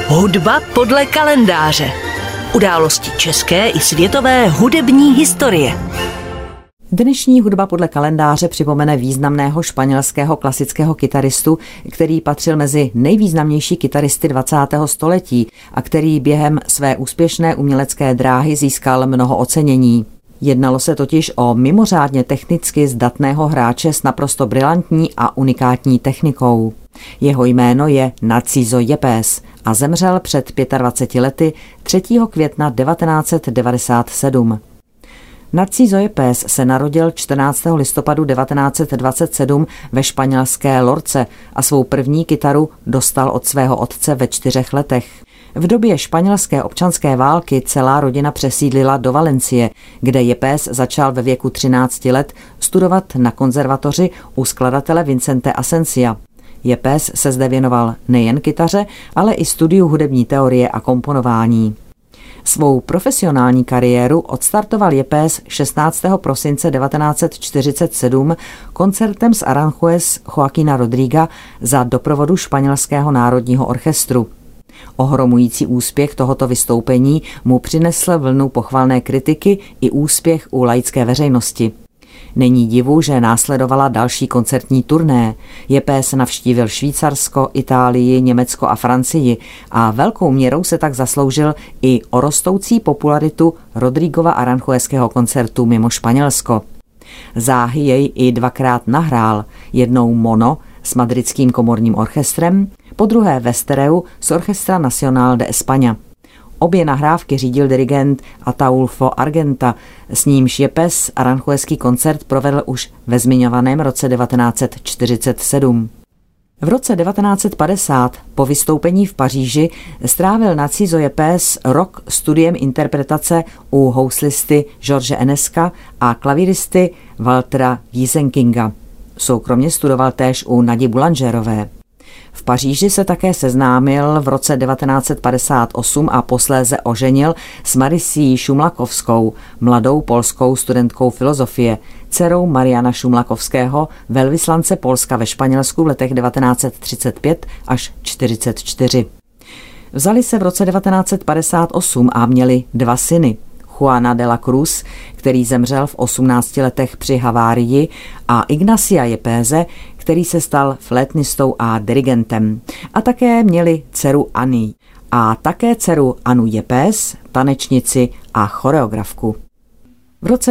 Hudba podle kalendáře. Události české i světové hudební historie. Dnešní hudba podle kalendáře připomene významného španělského klasického kytaristu, který patřil mezi nejvýznamnější kytaristy 20. století a který během své úspěšné umělecké dráhy získal mnoho ocenění. Jednalo se totiž o mimořádně technicky zdatného hráče s naprosto brilantní a unikátní technikou. Jeho jméno je Narciso Yepes a zemřel před 25 lety 3. května 1997. Narciso Yepes se narodil 14. listopadu 1927 ve španělské Lorce a svou první kytaru dostal od svého otce ve 4 letech. V době španělské občanské války celá rodina přesídlila do Valencie, kde Yepes začal ve věku 13 let studovat na konzervatoři u skladatele Vicente Asensia. Yepes se zde věnoval nejen kytaře, ale i studiu hudební teorie a komponování. Svou profesionální kariéru odstartoval Yepes 16. prosince 1947 koncertem z Aranjuez Joaquina Rodriga za doprovodu španělského národního orchestru. Ohromující úspěch tohoto vystoupení mu přinesl vlnu pochvalné kritiky i úspěch u laické veřejnosti. Není divu, že následovala další koncertní turné. Yepes navštívil Švýcarsko, Itálii, Německo a Francii a velkou měrou se tak zasloužil i o rostoucí popularitu Rodrigova aranjuezského koncertu mimo Španělsko. Záhy jej i 2krát nahrál, jednou mono s madridským komorním orchestrem, podruhé ve stereu s Orchestra Nacional de España. Obě nahrávky řídil dirigent Ataulfo Argenta, s nímž Yepes aranjuezský koncert provedl už ve zmiňovaném roce 1947. V roce 1950 po vystoupení v Paříži strávil Narciso Yepes rok studiem interpretace u houslisty George Eneska a klavíristy Waltera Giesenkinga. Soukromně studoval též u Nadi Boulangerové. V Paříži se také seznámil v roce 1958 a posléze oženil s Marisí Šumlakovskou, mladou polskou studentkou filozofie, dcerou Mariana Šumlakovského, velvyslance Polska ve Španělsku v letech 1935 až 1944. Vzali se v roce 1958 a měli 2 syny. Juana de la Cruz, který zemřel v 18 letech při havárii, a Ignacia Yepese, který se stal flétnistou a dirigentem. A také měli dceru Anny a také dceru Anu Yepes, tanečnici a choreografku. V roce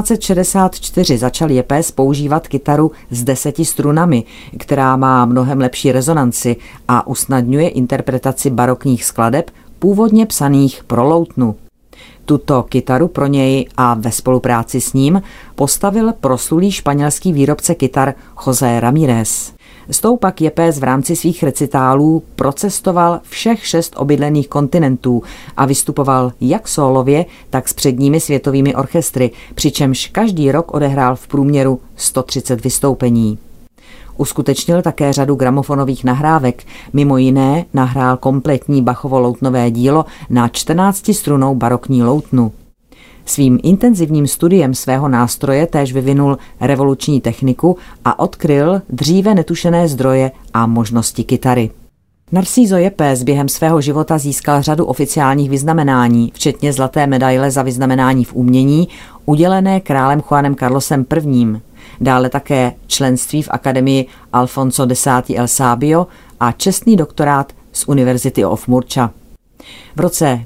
1964 začal Yepes používat kytaru s 10 strunami, která má mnohem lepší rezonanci a usnadňuje interpretaci barokních skladeb původně psaných pro loutnu. Tuto kytaru pro něj a ve spolupráci s ním postavil proslulý španělský výrobce kytar José Ramírez. S tou pak Yepes v rámci svých recitálů procestoval všech 6 obydlených kontinentů a vystupoval jak sólově, tak s předními světovými orchestry, přičemž každý rok odehrál v průměru 130 vystoupení. Uskutečnil také řadu gramofonových nahrávek, mimo jiné nahrál kompletní Bachovo loutnové dílo na 14strunnou barokní loutnu. Svým intenzivním studiem svého nástroje též vyvinul revoluční techniku a odkryl dříve netušené zdroje a možnosti kytary. Narciso Yepes během svého života získal řadu oficiálních vyznamenání, včetně zlaté medaile za vyznamenání v umění, udělené králem Juanem Carlosem I. Dále také členství v Akademii Alfonso X El Sabio a čestný doktorát z University of Murcia. V roce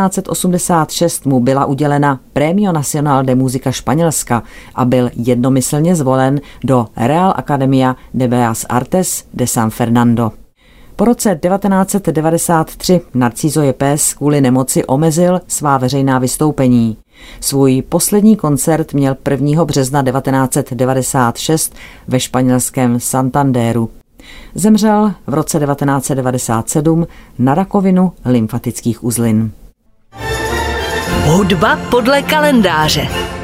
1986 mu byla udělena Premio Nacional de Música Španělska a byl jednomyslně zvolen do Real Academia de Bellas Artes de San Fernando. Po roce 1993 Narciso Yepes kvůli nemoci omezil svá veřejná vystoupení. Svůj poslední koncert měl 1. března 1996 ve španělském Santanderu. Zemřel v roce 1997 na rakovinu lymfatických uzlin. Hudba podle kalendáře.